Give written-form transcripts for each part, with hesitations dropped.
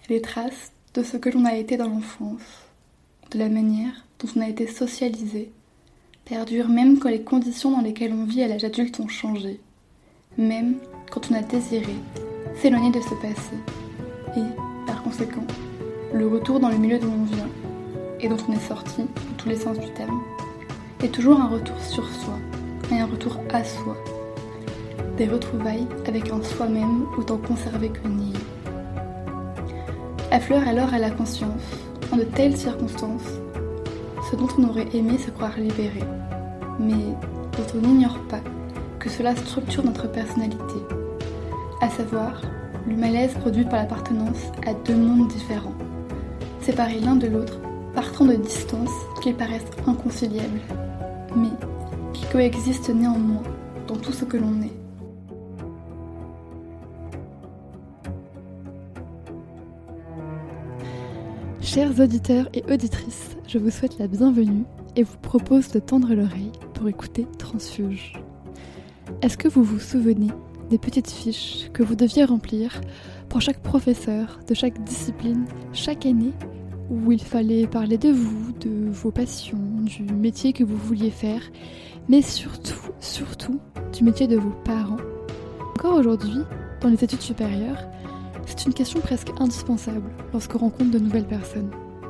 les traces de ce que l'on a été dans l'enfance, de la manière dont on a été socialisé, perdurent même quand les conditions dans lesquelles on vit à l'âge adulte ont changé, même quand on a désiré s'éloigner de ce passé, et, par conséquent, le retour dans le milieu d'où on vient, et dont on est sorti, dans tous les sens du terme, est toujours un retour sur soi, et un retour à soi, des retrouvailles avec un soi-même autant conservé que nié. Affleure alors à la conscience, en de telles circonstances, ce dont on aurait aimé se croire libéré, mais dont on n'ignore pas que cela structure notre personnalité, à savoir le malaise produit par l'appartenance à deux mondes différents, séparés l'un de l'autre par tant de distances qu'ils paraissent inconciliables, mais qui coexistent néanmoins dans tout ce que l'on est. Chers auditeurs et auditrices, je vous souhaite la bienvenue et vous propose de tendre l'oreille pour écouter Transfuge. Est-ce que vous vous souvenez des petites fiches que vous deviez remplir pour chaque professeur de chaque discipline chaque année, où il fallait parler de vous, de vos passions, du métier que vous vouliez faire, mais surtout du métier de vos parents? Encore aujourd'hui, dans les études supérieures, c'est une question presque indispensable lorsqu'on rencontre de nouvelles personnes.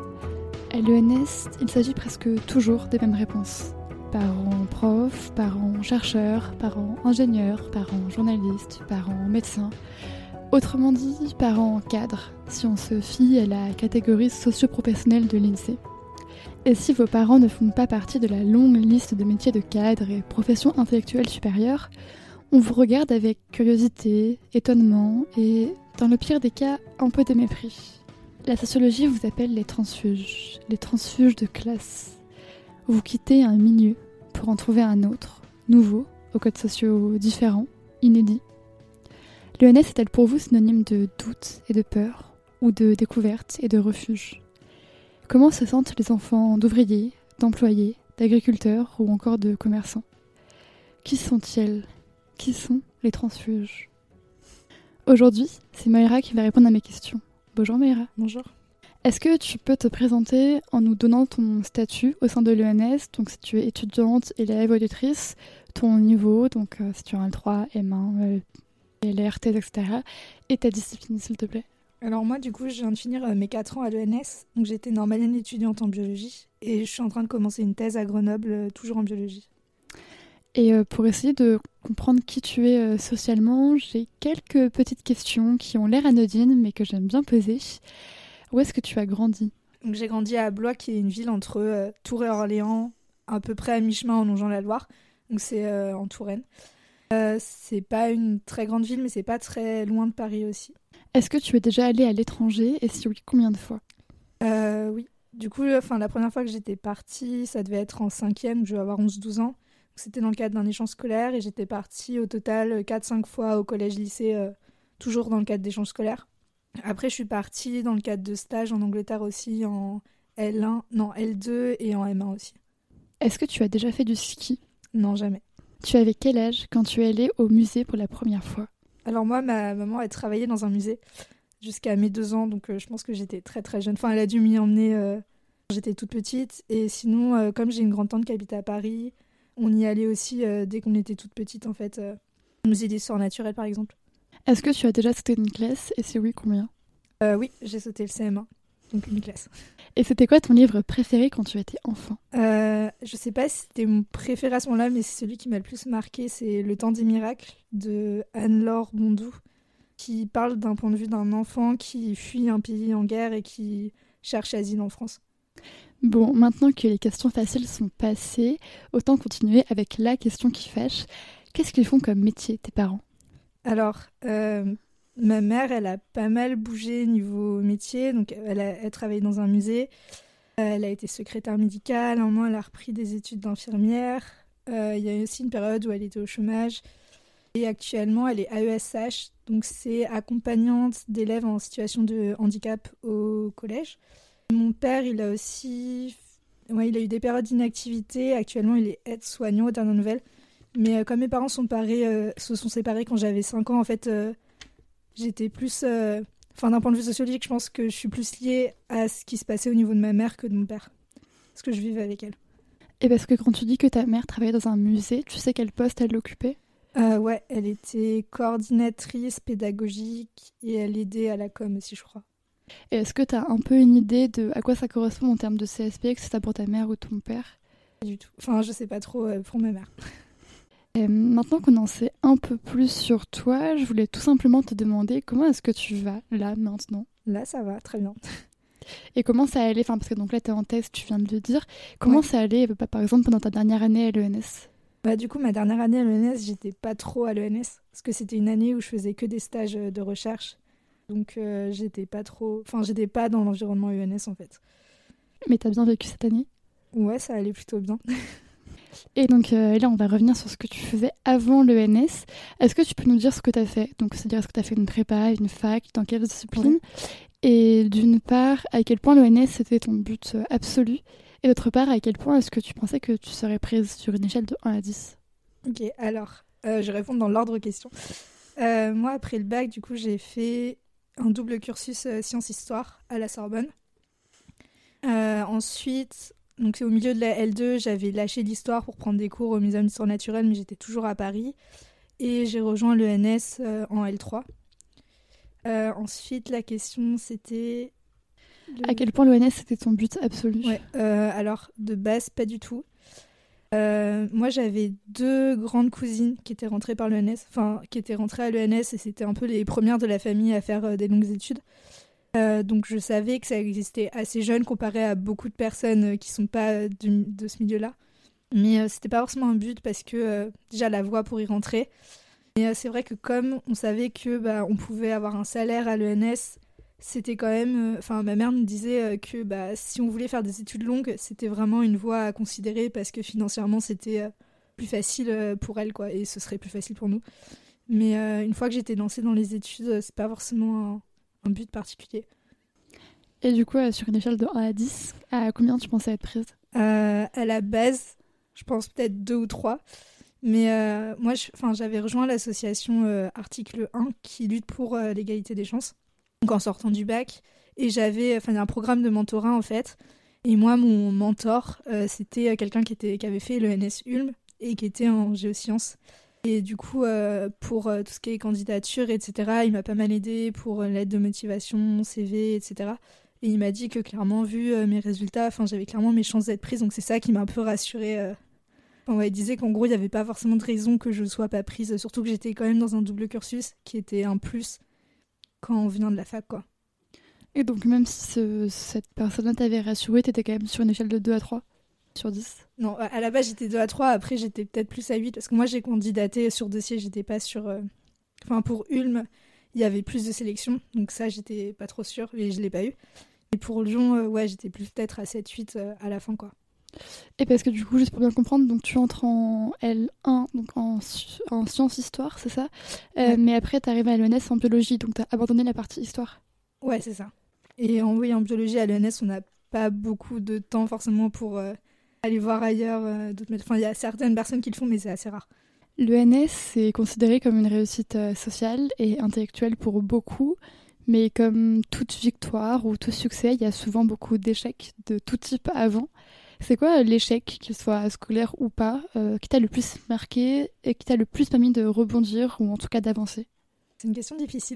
À l'ENS, il s'agit presque toujours des mêmes réponses. Parents profs, parents chercheurs, parents ingénieurs, parents journalistes, parents médecins. Autrement dit, parents cadres, si on se fie à la catégorie socio-professionnelle de l'INSEE. Et si vos parents ne font pas partie de la longue liste de métiers de cadres et professions intellectuelles supérieures, on vous regarde avec curiosité, étonnement et, dans le pire des cas, un peu de mépris. La sociologie vous appelle les transfuges de classe. Vous quittez un milieu pour en trouver un autre, nouveau, aux codes sociaux différents, inédits. L'ENS est-elle pour vous synonyme de doute et de peur, ou de découverte et de refuge? Comment se sentent les enfants d'ouvriers, d'employés, d'agriculteurs ou encore de commerçants? Qui sont-ils? Qui sont les transfuges? Aujourd'hui, c'est Maïra qui va répondre à mes questions. Bonjour Maïra. Bonjour. Est-ce que tu peux te présenter en nous donnant ton statut au sein de l'ENS, donc si tu es étudiante, élève, auditrice, ton niveau, donc si tu as un L3, M1, LR, thèse, etc., et ta discipline, s'il te plaît? Alors moi, du coup, je viens de finir mes 4 ans à l'ENS, donc j'étais normalienne étudiante en biologie, et je suis en train de commencer une thèse à Grenoble, toujours en biologie. Et pour essayer de comprendre qui tu es socialement, j'ai quelques petites questions qui ont l'air anodines, mais que j'aime bien poser. Où est-ce que tu as grandi? Donc j'ai grandi à Blois, qui est une ville entre Tours et Orléans, à peu près à mi-chemin en longeant la Loire, donc c'est en Touraine. C'est pas une très grande ville, mais c'est pas très loin de Paris aussi. Est-ce que tu es déjà allée à l'étranger, et si oui, combien de fois? Oui. Du coup, la première fois que j'étais partie, ça devait être en 5e, où je vais avoir 11-12 ans. C'était dans le cadre d'un échange scolaire et j'étais partie au total 4-5 fois au collège-lycée, toujours dans le cadre d'échanges scolaires. Après, je suis partie dans le cadre de stages en Angleterre aussi, en L2 et en M1 aussi. Est-ce que tu as déjà fait du ski? Non, jamais. Tu avais quel âge quand tu es allée au musée pour la première fois? Alors moi, ma maman, elle travaillait dans un musée jusqu'à mes 2 ans, donc je pense que j'étais très très jeune. Enfin, elle a dû m'y emmener quand j'étais toute petite. Et sinon, comme j'ai une grande tante qui habitait à Paris, on y allait aussi dès qu'on était toute petite, en fait. Au musée d'histoire naturelle, par exemple. Est-ce que tu as déjà sauté une classe, et si oui, combien? Oui, j'ai sauté le CM1, donc une classe. Et c'était quoi ton livre préféré quand tu étais enfant? Je sais pas si c'était mon préféré à ce moment-là, mais c'est celui qui m'a le plus marqué, c'est Le temps des miracles de Anne-Laure Bondou, qui parle d'un point de vue d'un enfant qui fuit un pays en guerre et qui cherche asile en France. Bon, maintenant que les questions faciles sont passées, autant continuer avec la question qui fâche. Qu'est-ce qu'ils font comme métier, tes parents? Alors, ma mère, elle a pas mal bougé niveau métier, donc elle travaille dans un musée, elle a été secrétaire médicale, à un moment elle a repris des études d'infirmière, il y a aussi une période où elle était au chômage, et actuellement elle est AESH, donc c'est accompagnante d'élèves en situation de handicap au collège. Mon père, il a eu des périodes d'inactivité, actuellement il est aide-soignant aux dernières nouvelles. Mais comme mes parents se sont séparés quand j'avais 5 ans, en fait, j'étais plus Enfin, d'un point de vue sociologique, je pense que je suis plus liée à ce qui se passait au niveau de ma mère que de mon père. Parce que je vivais avec elle. Et parce que quand tu dis que ta mère travaillait dans un musée, tu sais quel poste elle occupait? Ouais, elle était coordinatrice pédagogique et elle aidait à la com aussi, je crois. Et est-ce que tu as un peu une idée de à quoi ça correspond en termes de CSP, que c'est ça pour ta mère ou ton père? Pas du tout. Enfin, je sais pas trop pour ma mère. Et maintenant qu'on en sait un peu plus sur toi, je voulais tout simplement te demander comment est-ce que tu vas là maintenant? Là, ça va, très bien. Et comment ça allait, enfin parce que donc là tu es en thèse, tu viens de le dire, comment Ouais. ça allait par exemple pendant ta dernière année à l'ENS? Bah, du coup, ma dernière année à l'ENS, j'étais pas trop à l'ENS parce que c'était une année où je faisais que des stages de recherche. Donc, j'étais pas trop. Enfin, j'étais pas dans l'environnement ENS en fait. Mais t'as bien vécu cette année? Ouais, ça allait plutôt bien. Et donc là, on va revenir sur ce que tu faisais avant l'ENS. Est-ce que tu peux nous dire ce que tu as fait? Donc, c'est-à-dire, est-ce que tu as fait une prépa, une fac, dans quelle discipline? Ouais. Et d'une part, à quel point l'ENS c'était ton but absolu? Et d'autre part, à quel point est-ce que tu pensais que tu serais prise sur une échelle de 1 à 10? Ok, alors, je réponds dans l'ordre question. Moi, après le bac, du coup, j'ai fait un double cursus sciences-histoire à la Sorbonne. Ensuite, donc au milieu de la L2, j'avais lâché l'histoire pour prendre des cours au Muséum d'histoire naturelle, mais j'étais toujours à Paris. Et j'ai rejoint l'ENS en L3. Ensuite, la question, c'était... À quel point l'ENS c'était ton but absolu? Ouais, alors, de base, pas du tout. Moi, j'avais 2 grandes cousines qui étaient rentrées par l'ENS, enfin, qui étaient rentrées à l'ENS, et c'était un peu les premières de la famille à faire des longues études. Donc je savais que ça existait assez jeune comparé à beaucoup de personnes qui sont pas de ce milieu-là. Mais c'était pas forcément un but parce que déjà la voie pour y rentrer. Et c'est vrai que comme on savait que on pouvait avoir un salaire à l'ENS, c'était quand même... Enfin, ma mère me disait que si on voulait faire des études longues, c'était vraiment une voie à considérer parce que financièrement c'était plus facile pour elle, quoi, et ce serait plus facile pour nous. Mais une fois que j'étais lancée dans les études, c'est pas forcément un but particulier. Et du coup, sur une échelle de 1 à 10, à combien tu pensais être prise? À la base, je pense peut-être 2 ou 3. Mais moi, j'avais rejoint l'association Article 1 qui lutte pour l'égalité des chances. Donc en sortant du bac. Et il y a un programme de mentorat en fait. Et moi, mon mentor, c'était quelqu'un qui avait fait l'ENS Ulm et qui était en géosciences. Et du coup, pour tout ce qui est candidature, etc., il m'a pas mal aidé pour l'aide de motivation, CV, etc. Et il m'a dit que clairement, vu mes résultats, j'avais clairement mes chances d'être prise. Donc c'est ça qui m'a un peu rassurée. Il disait qu'en gros, il n'y avait pas forcément de raison que je ne sois pas prise. Surtout que j'étais quand même dans un double cursus qui était un plus quand on vient de la fac, quoi. Et donc, même si cette personne-là t'avait rassuré, t'étais quand même sur une échelle de 2 à 3 sur 10? Non, à la base, j'étais 2 à 3. Après, j'étais peut-être plus à 8. Parce que moi, j'ai candidaté sur dossier. J'étais pas sur... pour Ulm, il y avait plus de sélection. Donc ça, j'étais pas trop sûre. Et je l'ai pas eu. Et pour Lyon, ouais, j'étais plus peut-être à 7-8 à la fin, quoi. Et parce que du coup, juste pour bien comprendre, donc tu entres en L1, donc en sciences histoire, c'est ça? Ouais. Mais après, tu arrives à l'ENS en biologie, donc tu as abandonné la partie histoire. Ouais, c'est ça. Et en biologie, à l'ENS, on n'a pas beaucoup de temps forcément pour aller voir ailleurs d'autres métiers. Enfin, il y a certaines personnes qui le font, mais c'est assez rare. L'ENS, c'est considéré comme une réussite sociale et intellectuelle pour beaucoup, mais comme toute victoire ou tout succès, il y a souvent beaucoup d'échecs de tout type avant. C'est quoi l'échec, qu'il soit scolaire ou pas, qui t'a le plus marqué et qui t'a le plus permis de rebondir ou en tout cas d'avancer? C'est une question difficile.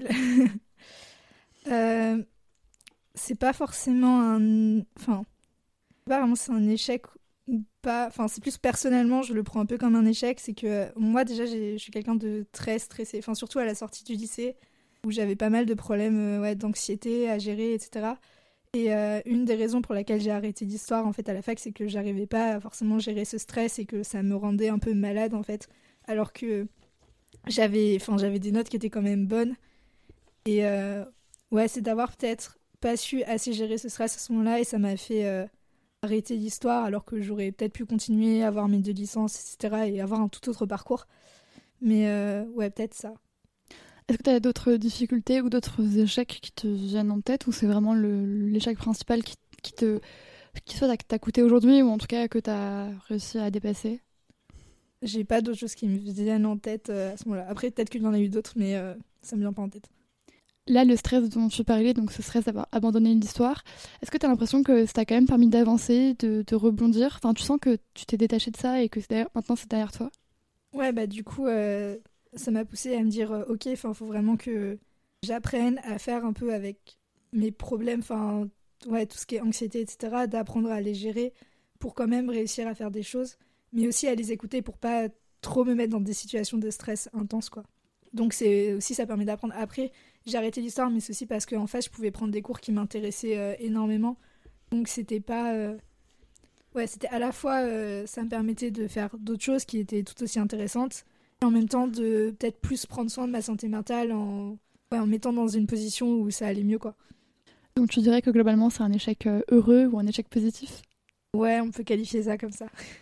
C'est pas forcément un... Enfin, pas vraiment c'est un échec ou pas. Enfin, c'est plus personnellement, je le prends un peu comme un échec. C'est que moi, déjà, je suis quelqu'un de très stressé. Enfin, surtout à la sortie du lycée, où j'avais pas mal de problèmes d'anxiété à gérer, etc. Et une des raisons pour laquelle j'ai arrêté l'histoire en fait à la fac, c'est que j'arrivais pas à forcément gérer ce stress et que ça me rendait un peu malade en fait, alors que j'avais des notes qui étaient quand même bonnes. Et ouais, c'est d'avoir peut-être pas su assez gérer ce stress à ce moment-là et ça m'a fait arrêter l'histoire alors que j'aurais peut-être pu continuer, avoir mes 2 licences, etc. et avoir un tout autre parcours. Mais ouais, peut-être ça. Est-ce que tu as d'autres difficultés ou d'autres échecs qui te viennent en tête ou c'est vraiment l'échec principal qui soit t'a coûté aujourd'hui ou en tout cas que tu as réussi à dépasser? J'ai pas d'autres choses qui me viennent en tête à ce moment-là. Après, peut-être qu'il y en a eu d'autres, mais ça me vient pas en tête. Là, le stress dont tu parlais, donc ce stress d'avoir abandonné l'histoire, est-ce que tu as l'impression que ça t'a quand même permis d'avancer, de rebondir? Enfin, tu sens que tu t'es détaché de ça et que maintenant c'est derrière toi? Ouais, bah du coup, ça m'a poussé à me dire, ok, enfin, faut vraiment que j'apprenne à faire un peu avec mes problèmes, enfin, ouais, tout ce qui est anxiété, etc., d'apprendre à les gérer pour quand même réussir à faire des choses, mais aussi à les écouter pour pas trop me mettre dans des situations de stress intenses, quoi. Donc c'est aussi, ça permet d'apprendre. Après, j'ai arrêté l'histoire, mais c'est aussi parce qu'en fait, je pouvais prendre des cours qui m'intéressaient énormément. Donc c'était pas... Ouais, c'était à la fois, ça me permettait de faire d'autres choses qui étaient tout aussi intéressantes, et en même temps de peut-être plus prendre soin de ma santé mentale en me mettant dans une position où ça allait mieux, quoi. Donc tu dirais que globalement c'est un échec heureux ou un échec positif? Ouais, on peut qualifier ça comme ça.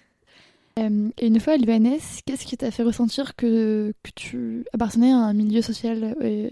Et une fois à l'UNS, qu'est-ce qui t'a fait ressentir que tu appartenais à un milieu social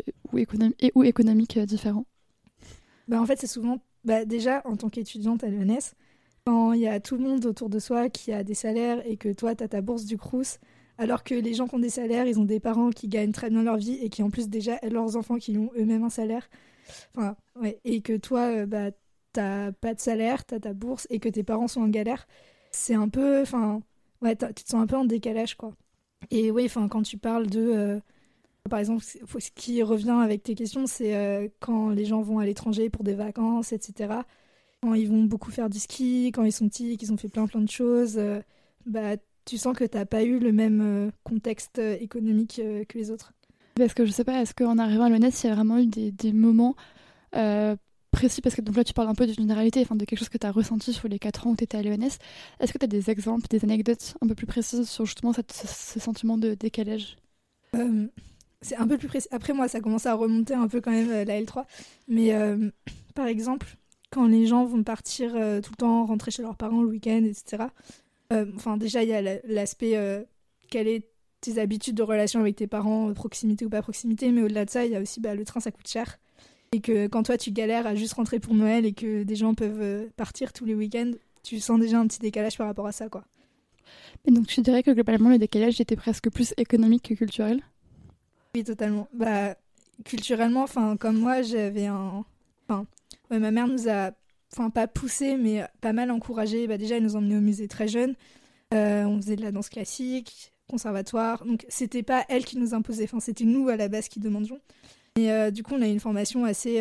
ou économique différent? Bah, en fait, c'est souvent, bah, déjà, en tant qu'étudiante à l'ENS, quand il y a tout le monde autour de soi qui a des salaires et que toi, tu as ta bourse du Crous, alors que les gens qui ont des salaires, ils ont des parents qui gagnent très bien leur vie et qui, en plus, déjà, leurs enfants qui ont eux-mêmes un salaire. Enfin, ouais, et que toi, bah, t'as pas de salaire, t'as ta bourse et que tes parents sont en galère, c'est un peu, enfin, ouais, tu te sens un peu en décalage, quoi. Et oui, enfin, quand tu parles de, par exemple, ce qui revient avec tes questions, c'est quand les gens vont à l'étranger pour des vacances, etc. Quand ils vont beaucoup faire du ski, quand ils sont petits, qu'ils ont fait plein de choses, bah, tu sens que t'as pas eu le même contexte économique que les autres. Parce que je sais pas, est-ce qu'en arrivant à l'ENS, il y a vraiment eu des moments euh, précis, parce que donc là tu parles un peu de généralité, enfin de quelque chose que tu as ressenti sur les 4 ans où tu étais à l'ENS. Est-ce que tu as des exemples, des anecdotes un peu plus précises sur justement ce sentiment de décalage? Euh, c'est un peu plus précis. Après, moi, ça commence à remonter un peu quand même la L3. Mais par exemple, quand les gens vont partir tout le temps, rentrer chez leurs parents le week-end, etc. Enfin, déjà, il y a l'aspect quelle est tes habitudes de relation avec tes parents, proximité ou pas proximité. Mais au-delà de ça, il y a aussi le train, ça coûte cher. Et que quand toi, tu galères à juste rentrer pour Noël et que des gens peuvent partir tous les week-ends, tu sens déjà un petit décalage par rapport à ça, quoi. Et donc tu dirais que globalement le décalage était presque plus économique que culturel? Oui, totalement. Bah, culturellement, enfin, comme moi, j'avais un... Enfin, ouais, ma mère nous a, enfin, pas poussé, mais pas mal encouragé. Bah, déjà, elle nous emmenait au musée très jeune. On faisait de la danse classique, conservatoire. Donc, c'était pas elle qui nous imposait. Enfin, c'était nous, à la base, qui demandions. Et du coup, on a eu une formation assez...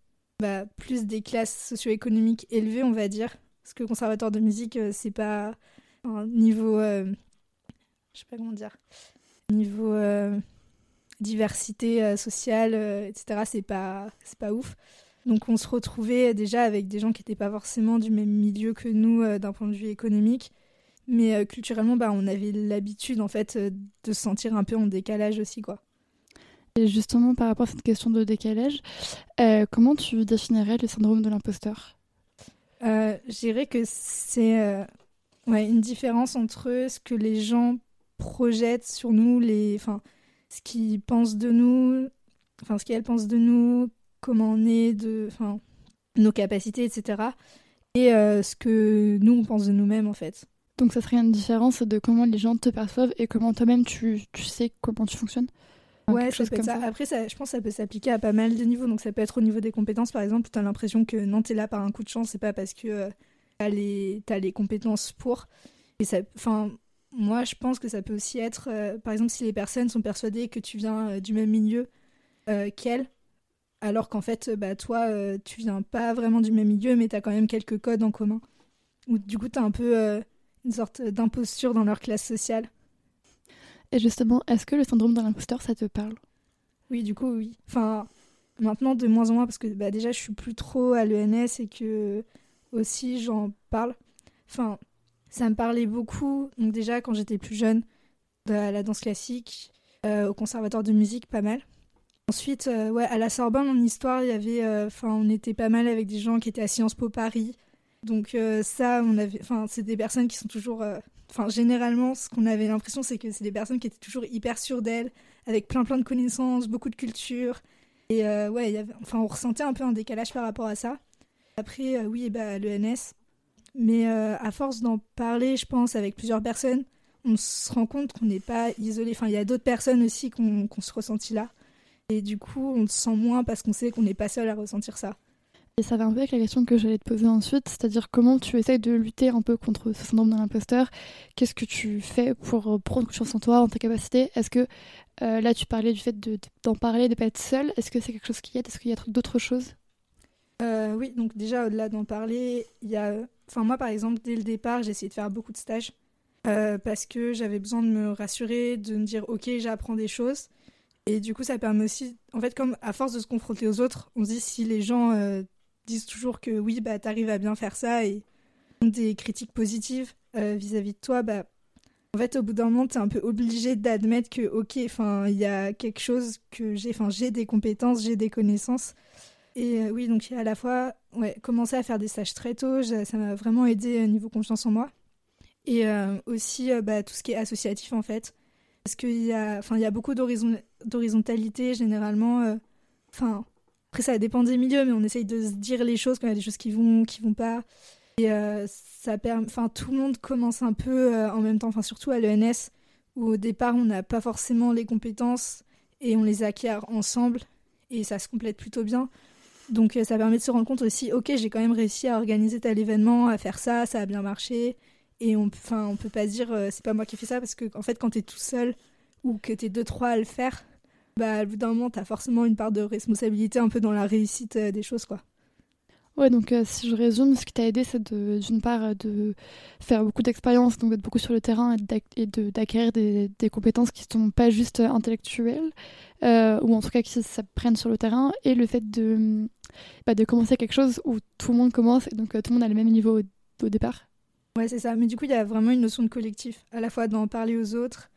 plus des classes socio-économiques élevées, on va dire. Parce que conservatoire de musique, c'est pas un niveau... je sais pas comment dire. Niveau... diversité sociale, etc. C'est pas ouf. Donc on se retrouvait déjà avec des gens qui n'étaient pas forcément du même milieu que nous d'un point de vue économique. Mais culturellement, on avait l'habitude en fait de se sentir un peu en décalage aussi, quoi. Et justement par rapport à cette question de décalage, comment tu définirais le syndrome de l'imposteur? Je dirais que c'est une différence entre ce que les gens projettent sur nous, enfin, ce qu'ils pensent de nous, enfin ce qu'elles pensent de nous, comment on est, enfin, nos capacités, etc. Et ce que nous, on pense de nous-mêmes, en fait. Donc ça serait une différence de comment les gens te perçoivent et comment toi-même tu sais comment tu fonctionnes? Ouais, ça peut être ça. Après, je pense que ça peut s'appliquer à pas mal de niveaux. Donc ça peut être au niveau des compétences, par exemple, où tu as l'impression que non, t'es là par un coup de chance, c'est pas parce que t'as les compétences pour. Et ça, enfin, moi, je pense que ça peut aussi être, par exemple, si les personnes sont persuadées que tu viens du même milieu qu'elles, alors qu'en fait, toi, tu viens pas vraiment du même milieu, mais tu as quand même quelques codes en commun. Ou du coup, tu as un peu une sorte d'imposture dans leur classe sociale. Et justement, est-ce que le syndrome de l'imposteur, ça te parle? Oui, du coup, oui. Enfin, maintenant, de moins en moins, parce que déjà, je suis plus trop à l'ENS et que aussi, j'en parle. Enfin, ça me parlait beaucoup. Donc déjà, quand j'étais plus jeune, de la danse classique, au conservatoire de musique, pas mal. Ensuite, à la Sorbonne, en histoire, il y avait, on était pas mal avec des gens qui étaient à Sciences Po Paris. Donc ça, c'est des personnes qui sont toujours, généralement, ce qu'on avait l'impression, c'est que c'est des personnes qui étaient toujours hyper sûres d'elles, avec plein de connaissances, beaucoup de culture. Et on ressentait un peu un décalage par rapport à ça. Après, l'ENS. Mais à force d'en parler, je pense, avec plusieurs personnes, on se rend compte qu'on n'est pas isolé. Enfin, il y a d'autres personnes aussi qu'on se ressentit là. Et du coup, on se sent moins parce qu'on sait qu'on n'est pas seul à ressentir ça. Et ça va un peu avec la question que j'allais te poser ensuite, c'est-à-dire comment tu essayes de lutter un peu contre ce syndrome de l'imposteur. Qu'est-ce que tu fais pour prendre confiance en toi, en tes capacités? Est-ce que là tu parlais du fait d'en parler, de pas être seule? Est-ce que c'est quelque chose qui aide? Est-ce qu'il y a d'autres choses? Oui, donc déjà, au-delà d'en parler, il y a... Enfin, moi, par exemple, dès le départ, j'ai essayé de faire beaucoup de stages parce que j'avais besoin de me rassurer, de me dire, OK, j'apprends des choses. Et du coup, ça permet aussi... En fait, comme à force de se confronter aux autres, on se dit si les gens disent toujours que oui, bah, t'arrives à bien faire ça et ont des critiques positives vis-à-vis de toi, bah, en fait, au bout d'un moment, t'es un peu obligé d'admettre que, OK, enfin, il y a quelque chose que j'ai... Enfin, j'ai des compétences, j'ai des connaissances. Et oui, donc à la fois, ouais, commencer à faire des stages très tôt, ça m'a vraiment aidé niveau confiance en moi. Et aussi bah, tout ce qui est associatif en fait. Parce il y a beaucoup d'horizontalité généralement. Enfin, après ça dépend des milieux, mais on essaye de se dire les choses quand il y a des choses qui vont pas. Et ça permet, enfin tout le monde commence un peu en même temps, enfin surtout à l'ENS, où au départ on n'a pas forcément les compétences et on les acquiert ensemble et ça se complète plutôt bien. Donc ça permet de se rendre compte aussi, ok, j'ai quand même réussi à organiser tel événement, à faire ça, ça a bien marché. Et on peut pas se dire, c'est pas moi qui fais ça, parce que en fait, quand t'es tout seul ou que t'es deux, trois à le faire, bah, au bout d'un moment, t'as forcément une part de responsabilité un peu dans la réussite des choses, quoi. Ouais, donc si je résume, ce qui t'a aidé, c'est d'une part de faire beaucoup d'expériences, donc d'être beaucoup sur le terrain et d'acquérir des compétences qui ne sont pas juste intellectuelles, ou en tout cas qui s'apprennent sur le terrain, et le fait de commencer quelque chose où tout le monde commence, et donc tout le monde a le même niveau au départ. Ouais, c'est ça. Mais du coup, il y a vraiment une notion de collectif, à la fois d'en parler aux autres,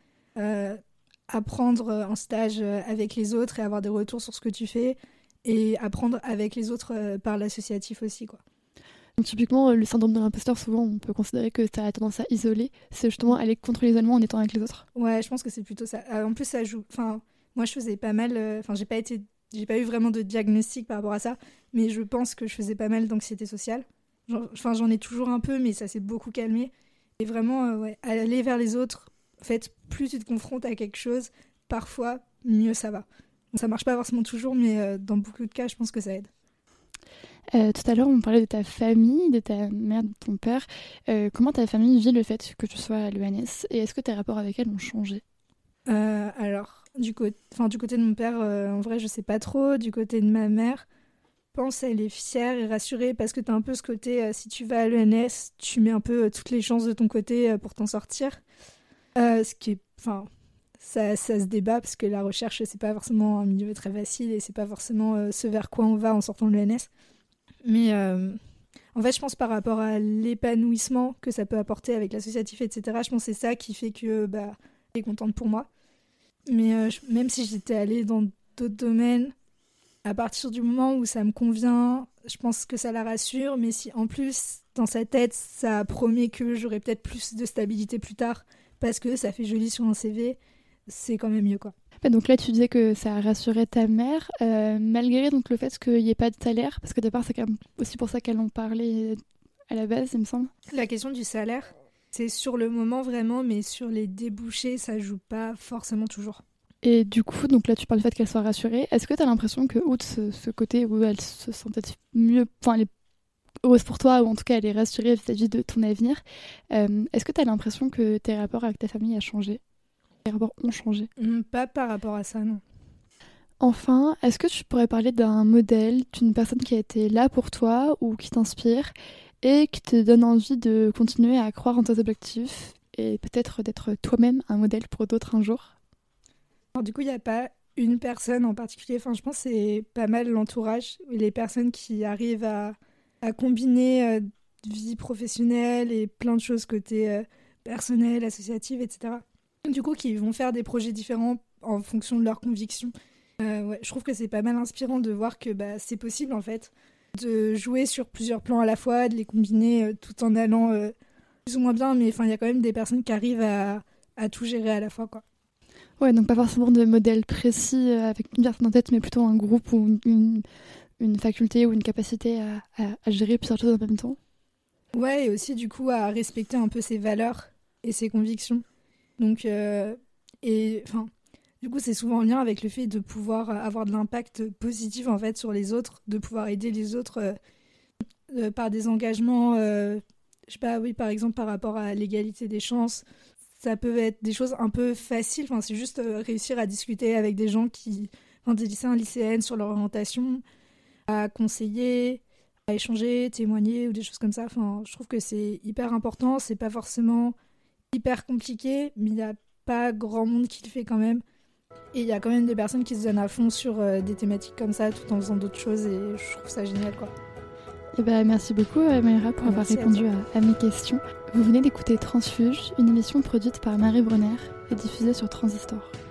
apprendre en stage avec les autres et avoir des retours sur ce que tu fais, et apprendre avec les autres par l'associatif aussi, quoi. Donc, typiquement, le syndrome de l'imposteur, souvent, on peut considérer que ça a tendance à isoler. C'est justement aller contre l'isolement en étant avec les autres. Ouais, je pense que c'est plutôt ça. En plus, ça joue. Enfin, moi, je faisais pas mal. Enfin, j'ai pas eu vraiment de diagnostic par rapport à ça, mais je pense que je faisais pas mal d'anxiété sociale. Enfin, j'en ai toujours un peu, mais ça s'est beaucoup calmé. Et vraiment, ouais, aller vers les autres. En fait, plus tu te confrontes à quelque chose, parfois, mieux ça va. Donc, ça marche pas forcément toujours, mais dans beaucoup de cas, je pense que ça aide. Tout à l'heure, on parlait de ta famille, de ta mère, de ton père. Comment ta famille vit le fait que tu sois à l'ENS et est-ce que tes rapports avec elle ont changé? Alors, du côté de mon père, en vrai, je sais pas trop. Du côté de ma mère, je pense qu'elle est fière et rassurée parce que t'as un peu ce côté, si tu vas à l'ENS, tu mets un peu toutes les chances de ton côté pour t'en sortir. Ce qui est, enfin, ça se débat parce que la recherche, c'est pas forcément un milieu très facile et c'est pas forcément ce vers quoi on va en sortant de l'ENS. Mais en fait, je pense par rapport à l'épanouissement que ça peut apporter avec l'associatif, etc., je pense que c'est ça qui fait que bah, elle est contente pour moi. Mais même si j'étais allée dans d'autres domaines, à partir du moment où ça me convient, je pense que ça la rassure. Mais si en plus, dans sa tête, ça promet que j'aurai peut-être plus de stabilité plus tard, parce que ça fait joli sur un CV, c'est quand même mieux, quoi. Donc là, tu disais que ça a rassuré ta mère, malgré donc, le fait qu'il n'y ait pas de salaire, parce que au départ, c'est quand même aussi pour ça qu'elle en parlait à la base, il me semble. La question du salaire, c'est sur le moment vraiment, mais sur les débouchés, ça joue pas forcément toujours. Et du coup, donc là, tu parles du fait qu'elle soit rassurée. Est-ce que tu as l'impression que, outre ce côté où elle se sent peut-être mieux, enfin, elle est heureuse pour toi, ou en tout cas, elle est rassurée vis-à-vis de ton avenir, est-ce que tu as l'impression que tes rapports avec ta famille ont changé? Les rapports ont changé? Pas par rapport à ça, non. Enfin, est-ce que tu pourrais parler d'un modèle, d'une personne qui a été là pour toi ou qui t'inspire et qui te donne envie de continuer à croire en tes objectifs et peut-être d'être toi-même un modèle pour d'autres un jour? Alors, du coup, il n'y a pas une personne en particulier. Enfin, je pense que c'est pas mal l'entourage, les personnes qui arrivent à combiner vie professionnelle et plein de choses côté personnel, associative, etc. Du coup, qui vont faire des projets différents en fonction de leurs convictions. Ouais, je trouve que c'est pas mal inspirant de voir que bah, c'est possible en fait de jouer sur plusieurs plans à la fois, de les combiner tout en allant plus ou moins bien, mais il y a quand même des personnes qui arrivent à tout gérer à la fois, quoi. Ouais, donc pas forcément de modèle précis avec une personne en tête, mais plutôt un groupe ou une faculté ou une capacité à gérer plusieurs choses en même temps. Ouais, et aussi du coup à respecter un peu ses valeurs et ses convictions. Donc, Du coup, c'est souvent en lien avec le fait de pouvoir avoir de l'impact positif en fait sur les autres, de pouvoir aider les autres par des engagements, je sais pas, oui, par exemple par rapport à l'égalité des chances. Ça peut être des choses un peu faciles, enfin, c'est juste réussir à discuter avec des gens des lycéens, lycéennes sur leur orientation, à conseiller, à échanger, témoigner ou des choses comme ça. Enfin, je trouve que c'est hyper important, c'est pas forcément hyper compliqué, mais il n'y a pas grand monde qui le fait quand même. Et il y a quand même des personnes qui se donnent à fond sur des thématiques comme ça tout en faisant d'autres choses et je trouve ça génial quoi. Eh ben, merci beaucoup Mayra pour avoir répondu à mes questions. Vous venez d'écouter Transfuge, une émission produite par Marie Bronner et diffusée sur Transistor.